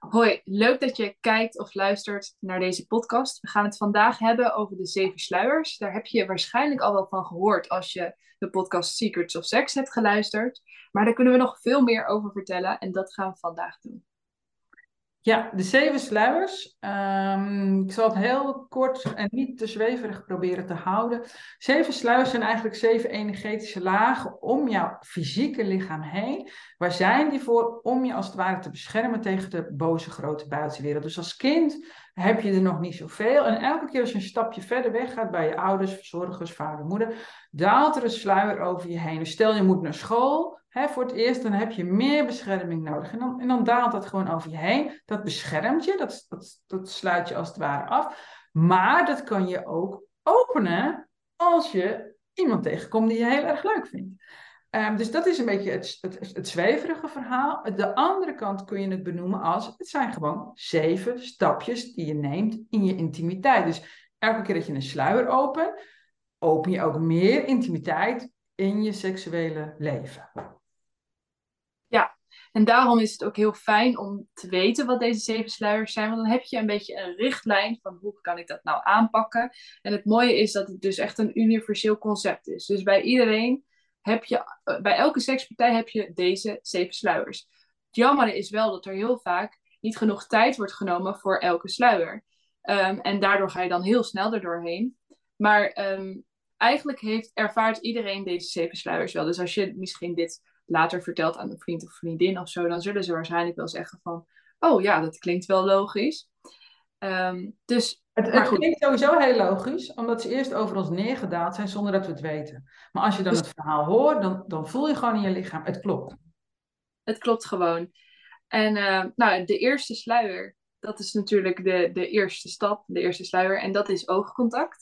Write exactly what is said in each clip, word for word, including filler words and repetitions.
Hoi, leuk dat je kijkt of luistert naar deze podcast. We gaan het vandaag hebben over de zeven sluiers. Daar heb je waarschijnlijk al wel van gehoord als je de podcast Secrets of Sex hebt geluisterd. Maar daar kunnen we nog veel meer over vertellen en dat gaan we vandaag doen. Ja, de zeven sluiers. Ehm, ik zal het heel kort en niet te zweverig proberen te houden. Zeven sluiers zijn eigenlijk zeven energetische lagen om jouw fysieke lichaam heen. Waar zijn die voor? Om je als het ware te beschermen tegen de boze grote buitenwereld. Dus als kind heb je er nog niet zoveel. En elke keer als je een stapje verder weg gaat bij je ouders, verzorgers, vader, moeder, daalt er een sluier over je heen. Dus stel je moet naar school. Hè, voor het eerst, dan heb je meer bescherming nodig. En dan, en dan daalt dat gewoon over je heen. Dat beschermt je, dat, dat, dat sluit je als het ware af. Maar dat kan je ook openen als je iemand tegenkomt die je heel erg leuk vindt. Um, dus dat is een beetje het, het, het zweverige verhaal. De andere kant kun je het benoemen als, het zijn gewoon zeven stapjes die je neemt in je intimiteit. Dus elke keer dat je een sluier opent, open je ook meer intimiteit in je seksuele leven. Ja, en daarom is het ook heel fijn om te weten wat deze zeven sluiers zijn. Want dan heb je een beetje een richtlijn van hoe kan ik dat nou aanpakken. En het mooie is dat het dus echt een universeel concept is. Dus bij iedereen heb je, eh, bij elke sekspartij heb je deze zeven sluiers. Het jammer is wel dat er heel vaak niet genoeg tijd wordt genomen voor elke sluier. Um, en daardoor ga je dan heel snel er doorheen. Maar um, eigenlijk heeft, ervaart iedereen deze zeven sluiers wel. Dus als je misschien dit later vertelt aan een vriend of vriendin of zo, dan zullen ze waarschijnlijk wel zeggen van, oh ja, dat klinkt wel logisch. Um, dus, Het, maar het goed, klinkt sowieso heel logisch, omdat ze eerst over ons neergedaald zijn zonder dat we het weten. Maar als je dan dus het verhaal hoort, dan, dan voel je gewoon in je lichaam, het klopt. het klopt gewoon. En uh, nou, de eerste sluier, dat is natuurlijk de, de eerste stap, de eerste sluier, en dat is oogcontact.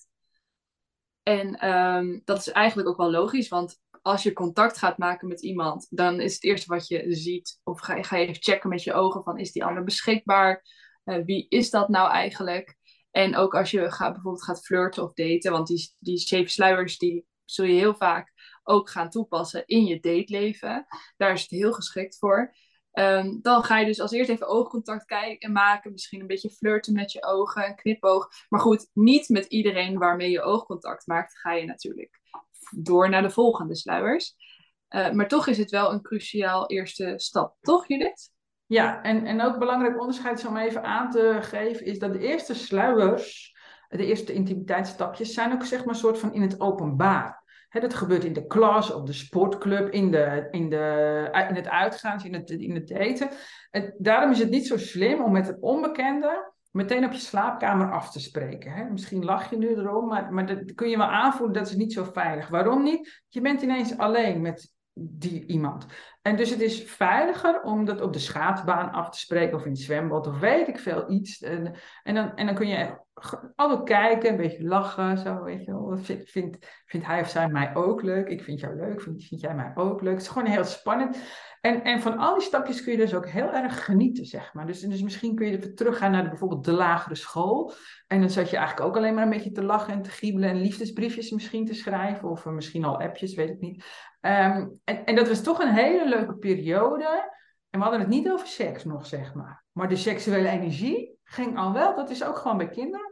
En um, dat is eigenlijk ook wel logisch, want als je contact gaat maken met iemand, dan is het eerste wat je ziet, of ga je, ga je even checken met je ogen van, is die ander beschikbaar? Uh, wie is dat nou eigenlijk? En ook als je gaat, bijvoorbeeld gaat flirten of daten, want die, die zeven sluiers, die zul je heel vaak ook gaan toepassen in je dateleven. Daar is het heel geschikt voor. Um, dan ga je dus als eerst even oogcontact kijken en maken. Misschien een beetje flirten met je ogen, een knipoog. Maar goed, niet met iedereen waarmee je oogcontact maakt, ga je natuurlijk door naar de volgende sluiers. Uh, maar toch is het wel een cruciaal eerste stap. Toch, Judith? Ja, en, en ook belangrijk onderscheid om even aan te geven, is dat de eerste sluiers, de eerste intimiteitsstapjes, zijn ook zeg maar een soort van in het openbaar. Hè, dat gebeurt in de klas, op de sportclub, in, de, in, de, in het uitgaan, in het, in het daten. En daarom is het niet zo slim om met een onbekende meteen op je slaapkamer af te spreken. Hè? Misschien lach je nu erom, maar, maar dat kun je wel aanvoelen, dat is niet zo veilig. Waarom niet? Je bent ineens alleen met die iemand. En dus het is veiliger om dat op de schaatsbaan af te spreken of in het zwembad of weet ik veel iets. En, en, dan, en dan kun je altijd kijken, een beetje lachen, zo weet je wel. Vindt, vindt, vindt hij of zij mij ook leuk? Ik vind jou leuk, vind, vind jij mij ook leuk? Het is gewoon heel spannend. En, en van al die stapjes kun je dus ook heel erg genieten, zeg maar. Dus, dus misschien kun je even teruggaan naar de, bijvoorbeeld de lagere school. En dan zat je eigenlijk ook alleen maar een beetje te lachen en te giebelen en liefdesbriefjes misschien te schrijven. Of misschien al appjes, weet ik niet. Um, en, en dat was toch een hele leuke periode. En we hadden het niet over seks nog, zeg maar. Maar de seksuele energie ging al wel, dat is ook gewoon bij kinderen,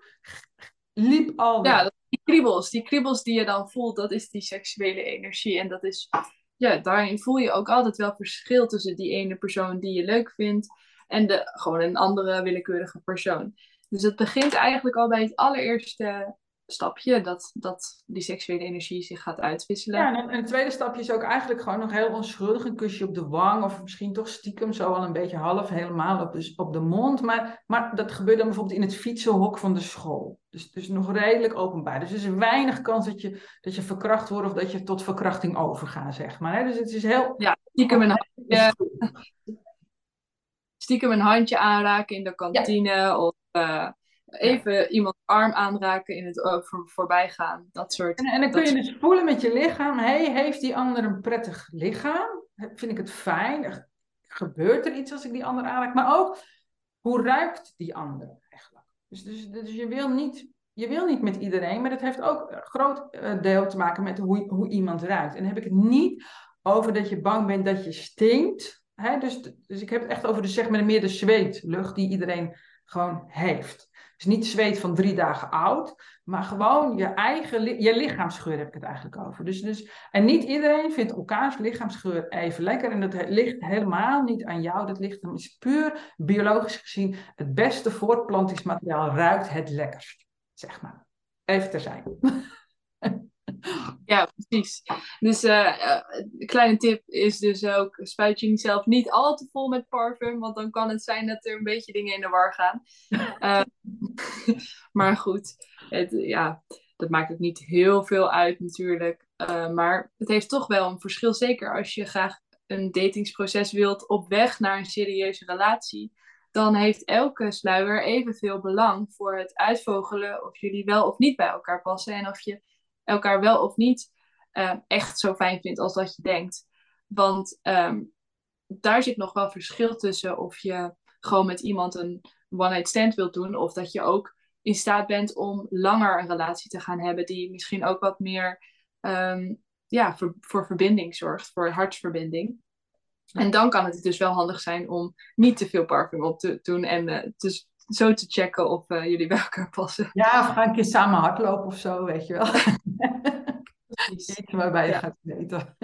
liep al Ja, wel. dat- die kriebels, die kriebels die je dan voelt, dat is die seksuele energie. En dat is, ja, daarin voel je ook altijd wel verschil tussen die ene persoon die je leuk vindt en de, gewoon een andere willekeurige persoon. Dus het begint eigenlijk al bij het allereerste stapje, dat, dat die seksuele energie zich gaat Ja, uitwisselen. en, en het tweede stapje is ook eigenlijk gewoon nog heel onschuldig. Een kusje op de wang of misschien toch stiekem zo al een beetje half helemaal op de, op de mond. Maar, maar dat gebeurt dan bijvoorbeeld in het fietsenhok van de school. Dus, dus nog redelijk openbaar. Dus er is weinig kans dat je, dat je verkracht wordt of dat je tot verkrachting overgaat, zeg maar. Hè? Dus het is heel Ja, stiekem een handje, onschuldig. stiekem een handje aanraken in de Ja. kantine of uh, Ja. even iemands arm aanraken in het uh, voor, voorbijgaan. Dat soort, En, en dan kun dat je soort. dus voelen met je lichaam, hey, heeft die ander een prettig lichaam? Vind ik het fijn? Gebeurt er iets als ik die ander aanraak? Maar ook, hoe ruikt die ander eigenlijk? Dus, dus, dus je, wil niet, je wil niet met iedereen, maar dat heeft ook een groot uh, deel te maken met hoe, hoe iemand ruikt. En dan heb ik het niet over dat je bang bent dat je stinkt, Hè? Dus, dus ik heb het echt over de, zeg maar, meer de zweetlucht die iedereen gewoon heeft. Dus niet zweet van drie dagen oud, maar gewoon je eigen li- je lichaamsgeur heb ik het eigenlijk over. Dus, dus, en niet iedereen vindt elkaars lichaamsgeur even lekker. En dat he- ligt helemaal niet aan jou. Dat ligt, het is puur biologisch gezien het beste voortplantingsmateriaal ruikt het lekkerst, zeg maar. Even terzijde. Ja, precies. Dus eh, eh, een kleine tip is dus ook, spuit je jezelf niet al te vol met parfum, want dan kan het zijn dat er een beetje dingen in de war gaan. Eh, maar goed, het, ja, dat maakt het niet heel veel uit natuurlijk. Eh, maar het heeft toch wel een verschil, zeker als je graag een datingsproces wilt op weg naar een serieuze relatie. Dan heeft elke sluier evenveel belang voor het uitvogelen of jullie wel of niet bij elkaar passen en of je elkaar wel of niet uh, echt zo fijn vindt als dat je denkt. Want um, daar zit nog wel verschil tussen of je gewoon met iemand een one-night stand wilt doen, of dat je ook in staat bent om langer een relatie te gaan hebben die misschien ook wat meer um, ja, voor, voor verbinding zorgt, voor hartsverbinding. En dan kan het dus wel handig zijn om niet te veel parfum op te doen en uh, dus zo te checken of uh, jullie bij elkaar passen. Ja, of ga een keer samen hardlopen of zo, weet je wel. Precies. Iets waarbij je Ja. gaat weten.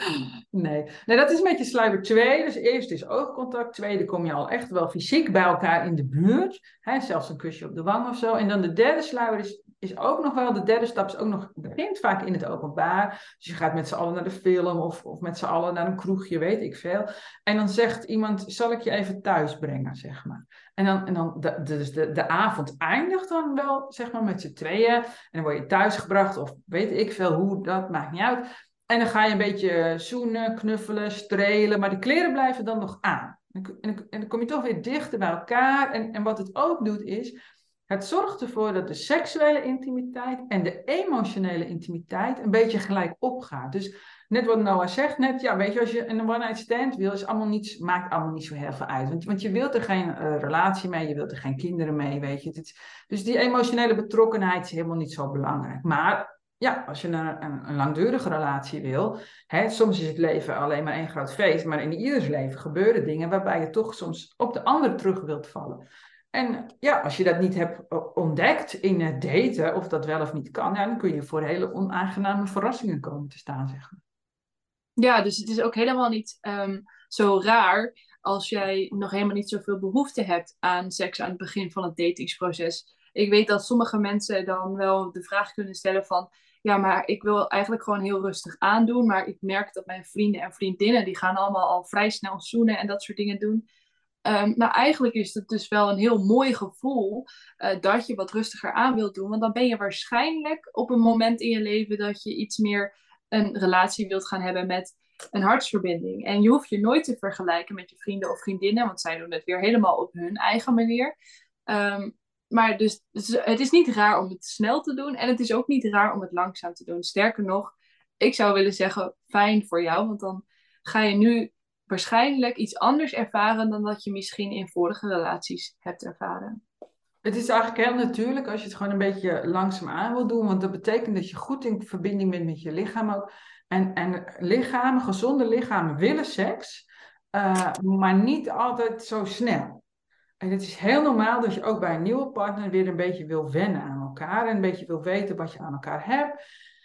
Nee. Nee, dat is een beetje sluier twee. Dus eerst is oogcontact. Tweede kom je al echt wel fysiek bij elkaar in de buurt. Hè, zelfs een kusje op de wang of zo. En dan de derde sluier is, is ook nog wel, de derde stap is ook nog, begint vaak in het openbaar. Dus je gaat met z'n allen naar de film of, of met z'n allen naar een kroegje, weet ik veel. En dan zegt iemand, zal ik je even thuis brengen, zeg maar. En dan, en dan de, dus de, de avond eindigt dan wel, zeg maar, met z'n tweeën. En dan word je thuisgebracht of weet ik veel hoe, dat maakt niet uit. En dan ga je een beetje zoenen, knuffelen, strelen, maar de kleren blijven dan nog aan. En, en, en dan kom je toch weer dichter bij elkaar. En, en wat het ook doet is, het zorgt ervoor dat de seksuele intimiteit en de emotionele intimiteit een beetje gelijk opgaat. Dus net wat Noah zegt net, ja, weet je, als je een one-night stand wil, is allemaal niets, maakt allemaal niet zo heel veel uit. Want, want je wilt er geen uh, relatie mee, je wilt er geen kinderen mee, weet je. Het, dus die emotionele betrokkenheid is helemaal niet zo belangrijk. Maar ja, als je een, een, een langdurige relatie wil, hè, soms is het leven alleen maar één groot feest, maar in ieders leven gebeuren dingen waarbij je toch soms op de ander terug wilt vallen. En ja, als je dat niet hebt ontdekt in het daten, of dat wel of niet kan, ja, dan kun je voor hele onaangename verrassingen komen te staan, zeg maar. Ja, dus het is ook helemaal niet um, zo raar als jij nog helemaal niet zoveel behoefte hebt aan seks aan het begin van het datingsproces. Ik weet dat sommige mensen dan wel de vraag kunnen stellen van, ja, maar ik wil eigenlijk gewoon heel rustig aandoen, maar ik merk dat mijn vrienden en vriendinnen, die gaan allemaal al vrij snel zoenen en dat soort dingen doen. Um, nou, eigenlijk is het dus wel een heel mooi gevoel uh, dat je wat rustiger aan wilt doen. Want dan ben je waarschijnlijk op een moment in je leven dat je iets meer een relatie wilt gaan hebben met een hartsverbinding. En je hoeft je nooit te vergelijken met je vrienden of vriendinnen, want zij doen het weer helemaal op hun eigen manier. Um, maar dus, dus het is niet raar om het snel te doen en het is ook niet raar om het langzaam te doen. Sterker nog, ik zou willen zeggen, fijn voor jou, want dan ga je nu waarschijnlijk iets anders ervaren dan dat je misschien in vorige relaties hebt ervaren. Het is eigenlijk heel natuurlijk als je het gewoon een beetje langzaam aan wil doen, want dat betekent dat je goed in verbinding bent met je lichaam ook. En, en lichamen, gezonde lichamen willen seks, uh, maar niet altijd zo snel. En het is heel normaal dat je ook bij een nieuwe partner weer een beetje wil wennen aan elkaar en een beetje wil weten wat je aan elkaar hebt.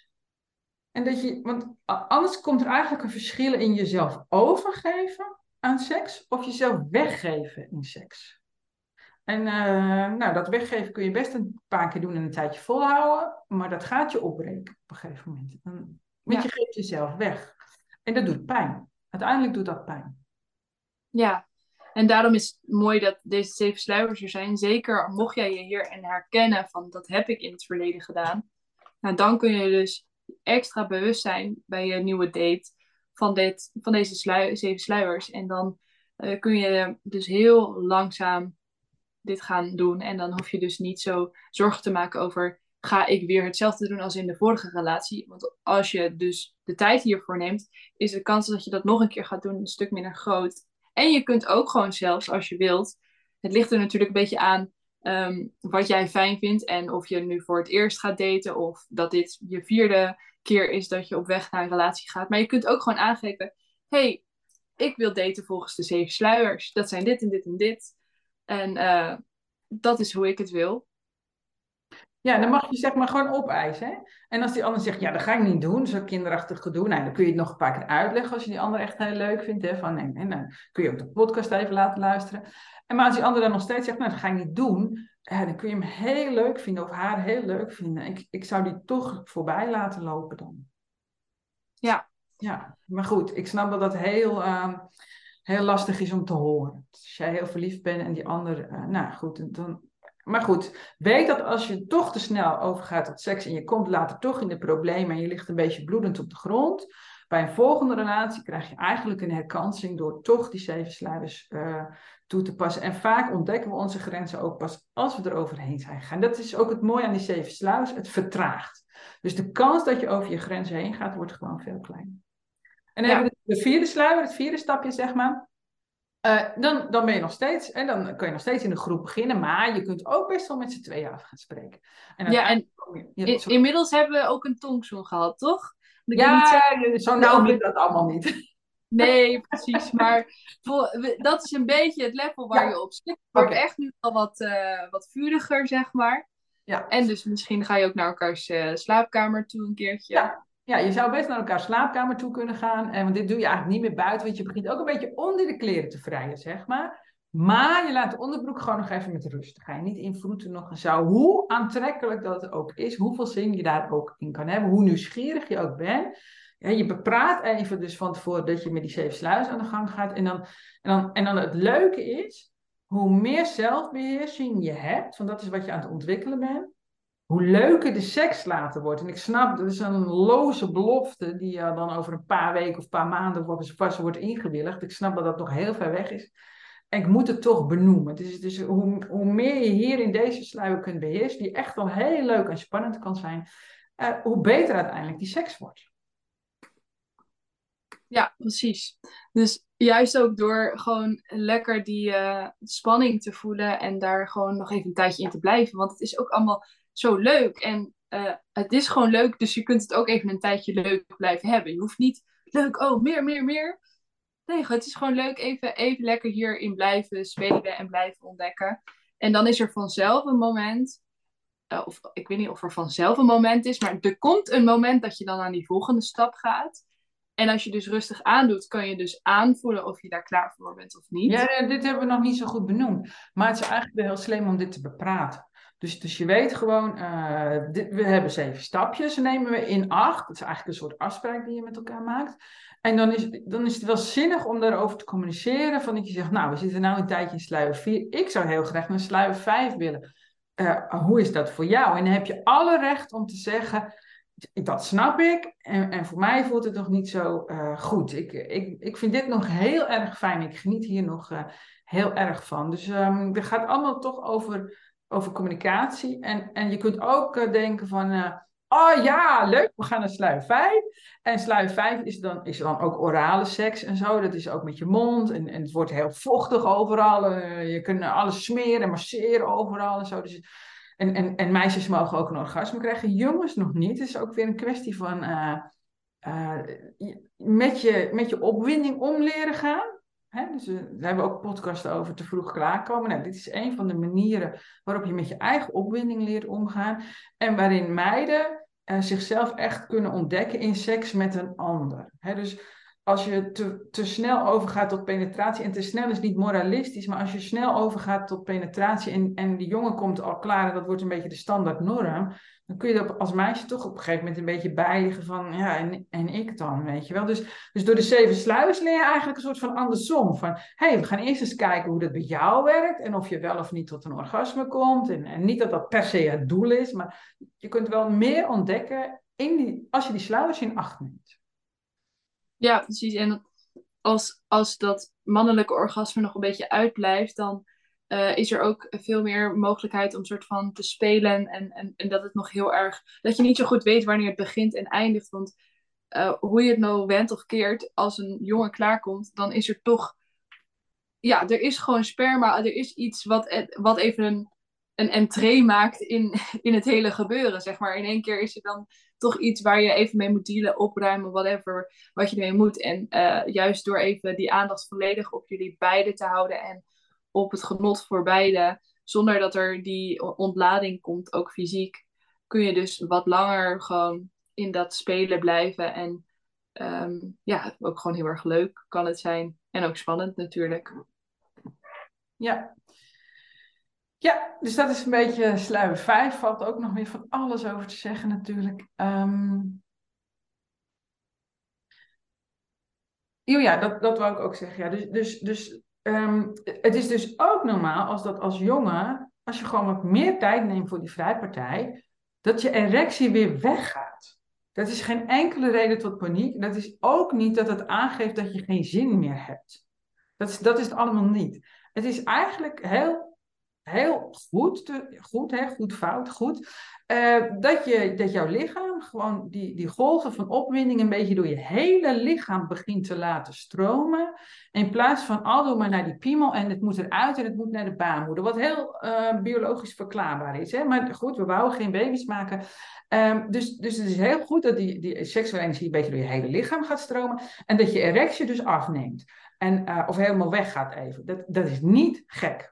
En dat je, want anders komt er eigenlijk een verschil in jezelf overgeven aan seks of jezelf weggeven in seks. En uh, nou, dat weggeven kun je best een paar keer doen en een tijdje volhouden, maar dat gaat je opbreken op een gegeven moment. Dan, want je Ja, geeft jezelf weg. En dat doet pijn. Uiteindelijk doet dat pijn. ja. En daarom is het mooi dat deze zeven sluiers er zijn. Zeker mocht jij je hierin herkennen van dat heb ik in het verleden gedaan. Nou, dan kun je dus extra bewust zijn bij je nieuwe date van, dit, van deze slui, zeven sluiers. En dan uh, kun je dus heel langzaam dit gaan doen. En dan hoef je dus niet zo zorgen te maken over, ga ik weer hetzelfde doen als in de vorige relatie? Want als je dus de tijd hiervoor neemt, is de kans dat je dat nog een keer gaat doen een stuk minder groot. En je kunt ook gewoon zelfs, als je wilt, het ligt er natuurlijk een beetje aan um, wat jij fijn vindt en of je nu voor het eerst gaat daten of dat dit je vierde keer is dat je op weg naar een relatie gaat. Maar je kunt ook gewoon aangeven, hey, ik wil daten volgens de zeven sluiers. Dat zijn dit en dit en dit. En uh, dat is hoe ik het wil. Ja, dan mag je zeg maar gewoon opeisen. Hè? En als die ander zegt, ja, dat ga ik niet doen, zo kinderachtig gedoe. Nou, dan kun je het nog een paar keer uitleggen als je die ander echt heel leuk vindt. Hè? Van, nee, nee, dan kun je ook de podcast even laten luisteren. En maar als die ander dan nog steeds zegt, nou, dat ga ik niet doen. Ja, dan kun je hem heel leuk vinden of haar heel leuk vinden. Ik, ik zou die toch voorbij laten lopen dan. Ja. Ja, maar goed, ik snap dat dat heel, uh, heel lastig is om te horen. Als jij heel verliefd bent en die ander, uh, nou goed, dan... Maar goed, weet dat als je toch te snel overgaat tot seks en je komt later toch in de problemen en je ligt een beetje bloedend op de grond, bij een volgende relatie krijg je eigenlijk een herkansing door toch die zeven sluiers uh, toe te passen. En vaak ontdekken we onze grenzen ook pas als we er overheen zijn gegaan. Dat is ook het mooie aan die zeven sluiers, het vertraagt. Dus de kans dat je over je grenzen heen gaat, wordt gewoon veel kleiner. En dan ja. hebben we de vierde sluier, het vierde stapje zeg maar. Uh, dan, dan ben je nog steeds, en dan kun je nog steeds in een groep beginnen, maar je kunt ook best wel met z'n tweeën af gaan spreken. En ja, en je, in, inmiddels hebben we ook een tongzoen gehad, toch? Dat ja, zo, zo nou is dat allemaal niet. Nee, precies, maar voor, dat is een beetje het level waar ja. je op zit. Het wordt okay. echt nu al wat, uh, wat vuriger, zeg maar. Ja. En dus misschien ga je ook naar elkaars uh, slaapkamer toe een keertje. Ja. Ja, je zou best naar elkaar slaapkamer toe kunnen gaan. En, want dit doe je eigenlijk niet meer buiten. Want je begint ook een beetje onder de kleren te vrijen, zeg maar. Maar je laat de onderbroek gewoon nog even met rust. Dan ga je niet invloeden nog en zo. Hoe aantrekkelijk dat het ook is. Hoeveel zin je daar ook in kan hebben. Hoe nieuwsgierig je ook bent. Ja, je bepraat even dus van tevoren dat je met die zeven sluizen aan de gang gaat. En dan, en dan, en dan het leuke is. Hoe meer zelfbeheersing je hebt. Want dat is wat je aan het ontwikkelen bent. Hoe leuker de seks later wordt. En ik snap, dat is een loze belofte die uh, dan over een paar weken of een paar maanden of pas wordt ingewilligd. Ik snap dat dat nog heel ver weg is. En ik moet het toch benoemen. Dus, dus hoe, hoe meer je hier in deze sluier kunt beheersen, die echt wel heel leuk en spannend kan zijn, uh, hoe beter uiteindelijk die seks wordt. Ja, precies. Dus juist ook door gewoon lekker die uh, spanning te voelen en daar gewoon nog even een tijdje in te blijven. Want het is ook allemaal zo leuk. En uh, het is gewoon leuk, dus je kunt het ook even een tijdje leuk blijven hebben. Je hoeft niet leuk, oh, meer, meer, meer. Nee, het is gewoon leuk even, even lekker hierin blijven spelen en blijven ontdekken. En dan is er vanzelf een moment, uh, of ik weet niet of er vanzelf een moment is, maar er komt een moment dat je dan aan die volgende stap gaat. En als je dus rustig aandoet, kan je dus aanvoelen of je daar klaar voor bent of niet. Ja, dit hebben we nog niet zo goed benoemd. Maar het is eigenlijk wel heel slim om dit te bepraten. Dus, dus je weet gewoon, uh, dit, we hebben zeven stapjes, nemen we in acht. Dat is eigenlijk een soort afspraak die je met elkaar maakt. En dan is, dan is het wel zinnig om daarover te communiceren. Van dat je zegt, nou, we zitten nu een tijdje in sluier vier. Ik zou heel graag naar sluier vijf willen. Uh, hoe is dat voor jou? En dan heb je alle recht om te zeggen, dat snap ik. En, en voor mij voelt het nog niet zo uh, goed. Ik, ik, ik vind dit nog heel erg fijn. Ik geniet hier nog uh, heel erg van. Dus um, het gaat allemaal toch over... over communicatie. En, en je kunt ook uh, denken van... Uh, oh ja, leuk, we gaan naar sluier vijf. En sluier vijf is dan, is dan ook orale seks en zo. Dat is ook met je mond. En, en het wordt heel vochtig overal. Uh, je kunt alles smeren en masseren overal en zo. Dus, en, en, en meisjes mogen ook een orgasme krijgen. Jongens nog niet. Het is ook weer een kwestie van... Uh, uh, met, je, met je opwinding om leren gaan. He, dus we, daar hebben we ook podcasts over te vroeg klaarkomen. Nou, dit is een van de manieren waarop je met je eigen opwinding leert omgaan. En waarin meiden uh, zichzelf echt kunnen ontdekken in seks met een ander. He, dus als je te, te snel overgaat tot penetratie, en te snel is niet moralistisch, maar als je snel overgaat tot penetratie en, en die jongen komt al klaar en dat wordt een beetje de standaard norm, dan kun je er als meisje toch op een gegeven moment een beetje bijliggen van, ja, en, en ik dan, weet je wel. Dus, dus door de zeven sluiers leer je eigenlijk een soort van andersom. Van, hé, hey, we gaan eerst eens kijken hoe dat bij jou werkt en of je wel of niet tot een orgasme komt. En, en niet dat dat per se het doel is, maar je kunt wel meer ontdekken in die, als je die sluiers in acht neemt. Ja, precies. En als, als dat mannelijke orgasme nog een beetje uitblijft, dan uh, is er ook veel meer mogelijkheid om soort van te spelen. En, en, en dat het nog heel erg... Dat je niet zo goed weet wanneer het begint en eindigt. Want uh, hoe je het nou wendt of keert, als een jongen klaarkomt, dan is er toch... Ja, er is gewoon sperma. Er is iets wat, wat even een een entree maakt in, in het hele gebeuren, zeg maar. In één keer is er dan toch iets waar je even mee moet dealen, opruimen, whatever, wat je mee moet. En uh, juist door even die aandacht volledig op jullie beiden te houden en op het genot voor beiden, zonder dat er die ontlading komt, ook fysiek, kun je dus wat langer gewoon in dat spelen blijven. En um, ja, ook gewoon heel erg leuk kan het zijn. En ook spannend natuurlijk. Ja. Ja, dus dat is een beetje sluier vijf. Valt ook nog weer van alles over te zeggen natuurlijk. Um... Oh ja, dat, dat wou ik ook zeggen. Ja. Dus, dus, dus um, het is dus ook normaal als dat als jongen, als je gewoon wat meer tijd neemt voor die vrijpartij, dat je erectie weer weggaat. Dat is geen enkele reden tot paniek. Dat is ook niet dat het aangeeft dat je geen zin meer hebt. Dat is, dat is het allemaal niet. Het is eigenlijk heel heel goed, te, goed, hè, goed fout, goed, uh, dat, je, dat jouw lichaam gewoon die, die golven van opwinding een beetje door je hele lichaam begint te laten stromen, in plaats van al door maar naar die piemel en het moet eruit en het moet naar de baarmoeder, wat heel uh, biologisch verklaarbaar is. Hè? Maar goed, we wouden geen baby's maken. Um, dus, dus het is heel goed dat die, die seksuele energie een beetje door je hele lichaam gaat stromen en dat je erectie dus afneemt. En, uh, of helemaal weggaat even. Dat, dat is niet gek.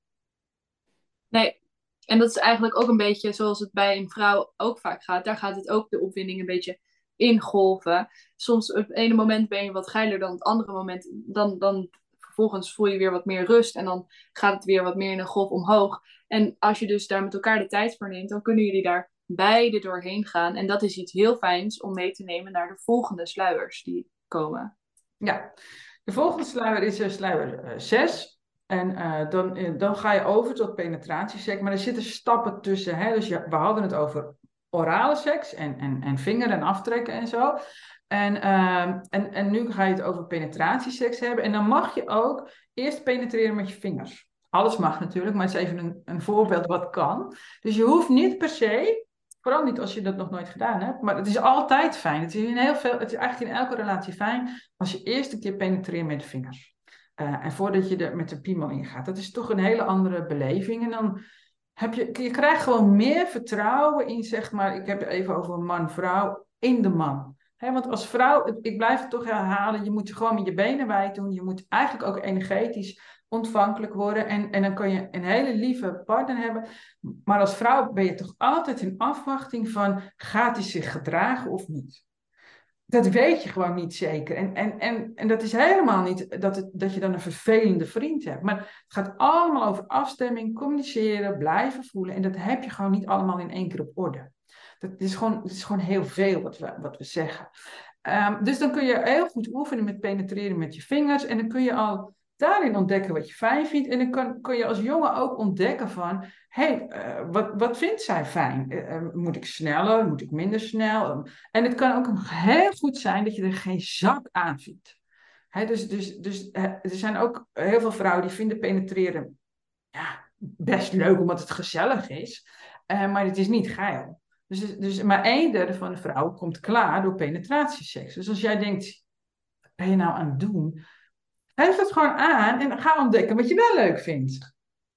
Nee, en dat is eigenlijk ook een beetje zoals het bij een vrouw ook vaak gaat. Daar gaat het ook de opwinding een beetje ingolven. Soms op het ene moment ben je wat geiler dan het andere moment. Dan, dan vervolgens voel je weer wat meer rust en dan gaat het weer wat meer in een golf omhoog. En als je dus daar met elkaar de tijd voor neemt, dan kunnen jullie daar beide doorheen gaan. En dat is iets heel fijns om mee te nemen naar de volgende sluiers die komen. Ja, de volgende sluier is uh, sluier uh, zes. En uh, dan, uh, dan ga je over tot penetratieseks. Maar er zitten stappen tussen. Hè? Dus je, we hadden het over orale seks en, en, en vinger en aftrekken en zo. En, uh, en, en nu ga je het over penetratieseks hebben. En dan mag je ook eerst penetreren met je vingers. Alles mag natuurlijk, maar het is even een, een voorbeeld wat kan. Dus je hoeft niet per se, vooral niet als je dat nog nooit gedaan hebt, maar het is altijd fijn. Het is, in heel veel, het is eigenlijk in elke relatie fijn als je eerst een keer penetreert met de vingers. Uh, en voordat je er met de piemel in gaat. Dat is toch een hele andere beleving. En dan heb je, je krijgt gewoon meer vertrouwen in, zeg maar, ik heb het even over man-vrouw, in de man. He, want als vrouw, ik blijf het toch herhalen, je moet je gewoon met je benen wijd doen. Je moet eigenlijk ook energetisch ontvankelijk worden. En, en dan kan je een hele lieve partner hebben. Maar als vrouw ben je toch altijd in afwachting van, gaat hij zich gedragen of niet? Dat weet je gewoon niet zeker. En, en, en, en dat is helemaal niet dat, het, dat je dan een vervelende vriend hebt. Maar het gaat allemaal over afstemming, communiceren, blijven voelen. En dat heb je gewoon niet allemaal in één keer op orde. Dat is gewoon, dat is gewoon heel veel wat we, wat we zeggen. Um, dus dan kun je heel goed oefenen met penetreren met je vingers. En dan kun je al daarin ontdekken wat je fijn vindt. En dan kan, kun je als jongen ook ontdekken van, hé, hey, uh, wat, wat vindt zij fijn? Uh, uh, moet ik sneller? Moet ik minder snel? Um, en het kan ook heel goed zijn dat je er geen zak aan vindt. Hè, dus dus, dus uh, er zijn ook heel veel vrouwen die vinden penetreren ja, best leuk omdat het gezellig is. Uh, maar het is niet geil. Dus, dus maar een derde van de vrouwen komt klaar door penetratieseks. Dus als jij denkt, wat ben je nou aan het doen? Geef het gewoon aan en ga ontdekken wat je wel leuk vindt.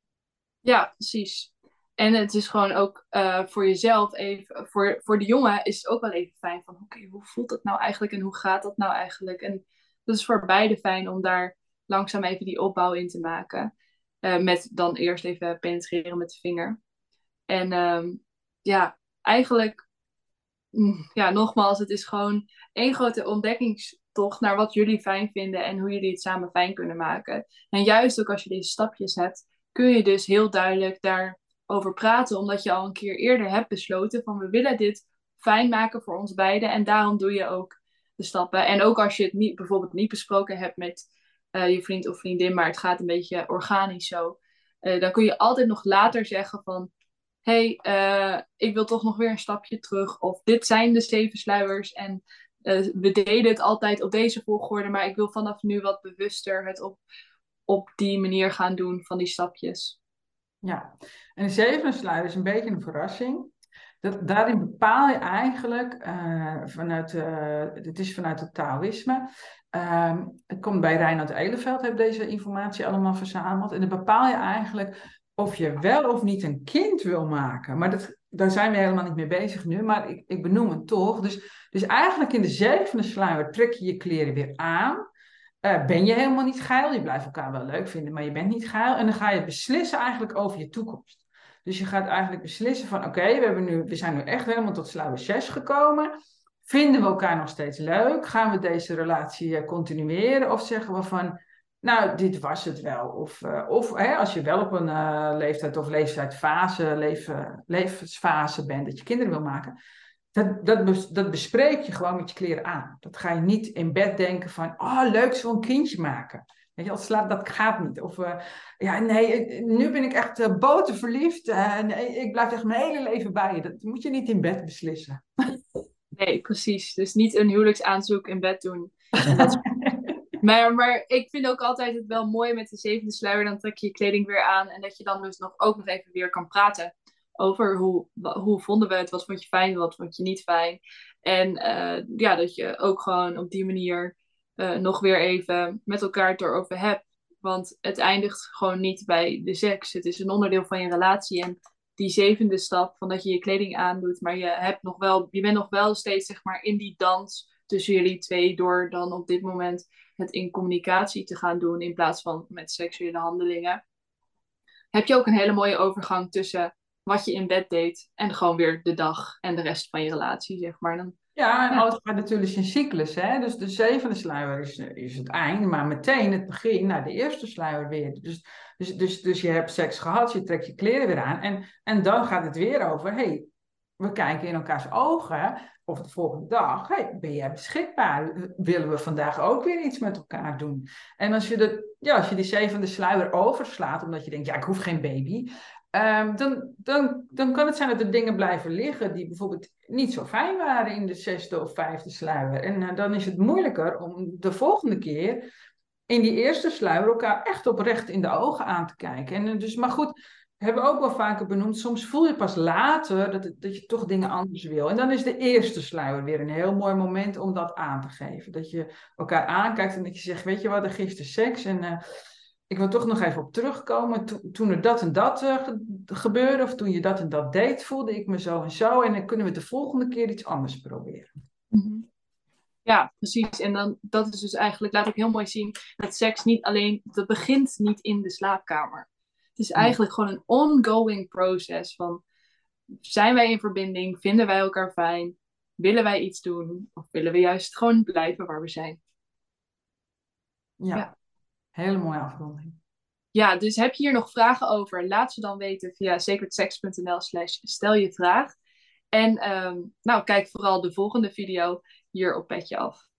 Ja, precies. En het is gewoon ook uh, voor jezelf even, voor, voor de jongen is het ook wel even fijn van, oké, okay, hoe voelt dat nou eigenlijk en hoe gaat dat nou eigenlijk? En dat is voor beide fijn om daar langzaam even die opbouw in te maken. Uh, met dan eerst even penetreren met de vinger. En um, ja, eigenlijk, ja, nogmaals, het is gewoon één grote ontdekkingstocht naar wat jullie fijn vinden en hoe jullie het samen fijn kunnen maken. En juist ook als je deze stapjes hebt, kun je dus heel duidelijk daarover praten, omdat je al een keer eerder hebt besloten van we willen dit fijn maken voor ons beiden en daarom doe je ook de stappen. En ook als je het niet, bijvoorbeeld niet besproken hebt met uh, je vriend of vriendin, maar het gaat een beetje organisch zo, uh, dan kun je altijd nog later zeggen van hey, uh, ik wil toch nog weer een stapje terug. Of dit zijn de zeven sluiers en uh, we deden het altijd op deze volgorde, maar ik wil vanaf nu wat bewuster het op, op die manier gaan doen van die stapjes. Ja, en de zevende sluier is een beetje een verrassing. Dat, daarin bepaal je eigenlijk, uh, vanuit, uh, het is vanuit het Taoïsme, uh, het komt bij Reinhard Eleveld, heb deze informatie allemaal verzameld. En dan bepaal je eigenlijk of je wel of niet een kind wil maken. Maar dat, daar zijn we helemaal niet mee bezig nu, maar ik, ik benoem het toch. Dus, dus eigenlijk in de zevende sluier trek je je kleren weer aan. Uh, ben je helemaal niet geil, je blijft elkaar wel leuk vinden, maar je bent niet geil. En dan ga je beslissen eigenlijk over je toekomst. Dus je gaat eigenlijk beslissen van, oké, okay, we hebben nu, we zijn nu echt helemaal tot sluier zes gekomen. Vinden we elkaar nog steeds leuk? Gaan we deze relatie uh, continueren? Of zeggen we van, nou, dit was het wel. Of, uh, of hè, als je wel op een uh, leeftijd of leeftijdsfase, leven, levensfase bent, dat je kinderen wil maken. Dat, dat, bes, dat bespreek je gewoon met je kleren aan. Dat ga je niet in bed denken van, oh leuk, zo'n kindje maken. Weet je, als slaap, dat gaat niet. Of, uh, ja, nee, nu ben ik echt uh, boterverliefd. Uh, nee, ik blijf echt mijn hele leven bij je. Dat moet je niet in bed beslissen. Nee, precies. Dus niet een huwelijksaanzoek in bed doen. En dat Maar, maar ik vind ook altijd het wel mooi met de zevende sluier. Dan trek je je kleding weer aan. En dat je dan dus nog, ook nog even weer kan praten. Over hoe, hoe vonden we het? Wat vond je fijn? Wat vond je niet fijn? En uh, ja, dat je ook gewoon op die manier uh, nog weer even met elkaar het erover hebt. Want het eindigt gewoon niet bij de seks. Het is een onderdeel van je relatie. En die zevende stap van dat je je kleding aandoet. Maar je, hebt nog wel, je bent nog wel steeds zeg maar in die dans tussen jullie twee. Door dan op dit moment het in communicatie te gaan doen in plaats van met seksuele handelingen, heb je ook een hele mooie overgang tussen wat je in bed deed en gewoon weer de dag en de rest van je relatie, zeg maar. Dan, Ja, en ja. alles gaat natuurlijk in cyclus. Hè? Dus de zevende sluier is, is het einde, maar meteen het begin naar de eerste sluier weer. Dus, dus, dus, dus je hebt seks gehad, je trekt je kleren weer aan. En, en dan gaat het weer over, hey, we kijken in elkaars ogen. Of de volgende dag, hey, ben jij beschikbaar? Willen we vandaag ook weer iets met elkaar doen? En als je, de, ja, als je die zevende sluier overslaat, omdat je denkt, ja, ik hoef geen baby. Um, dan, dan, dan kan het zijn dat er dingen blijven liggen die bijvoorbeeld niet zo fijn waren in de zesde of vijfde sluier. En uh, dan is het moeilijker om de volgende keer in die eerste sluier elkaar echt oprecht in de ogen aan te kijken. En, uh, dus, maar goed, hebben we ook wel vaker benoemd, soms voel je pas later dat, het, dat je toch dingen anders wil. En dan is de eerste sluier weer een heel mooi moment om dat aan te geven. Dat je elkaar aankijkt en dat je zegt, weet je wat, er gisteren seks en... Uh, ik wil toch nog even op terugkomen. To, toen er dat en dat uh, ge gebeurde, of toen je dat en dat deed, voelde ik me zo en zo. En dan kunnen we de volgende keer iets anders proberen. Mm-hmm. Ja, precies. En dan, dat is dus eigenlijk, laat ik heel mooi zien, dat seks niet alleen, dat begint niet in de slaapkamer. Het is eigenlijk gewoon een ongoing proces van, zijn wij in verbinding? Vinden wij elkaar fijn? Willen wij iets doen? Of willen we juist gewoon blijven waar we zijn? Ja, Ja. Hele mooie afronding. Ja, dus heb je hier nog vragen over? Laat ze dan weten via sacredsex.nl slash stel je vraag. En um, nou, kijk vooral de volgende video hier op Petje Af.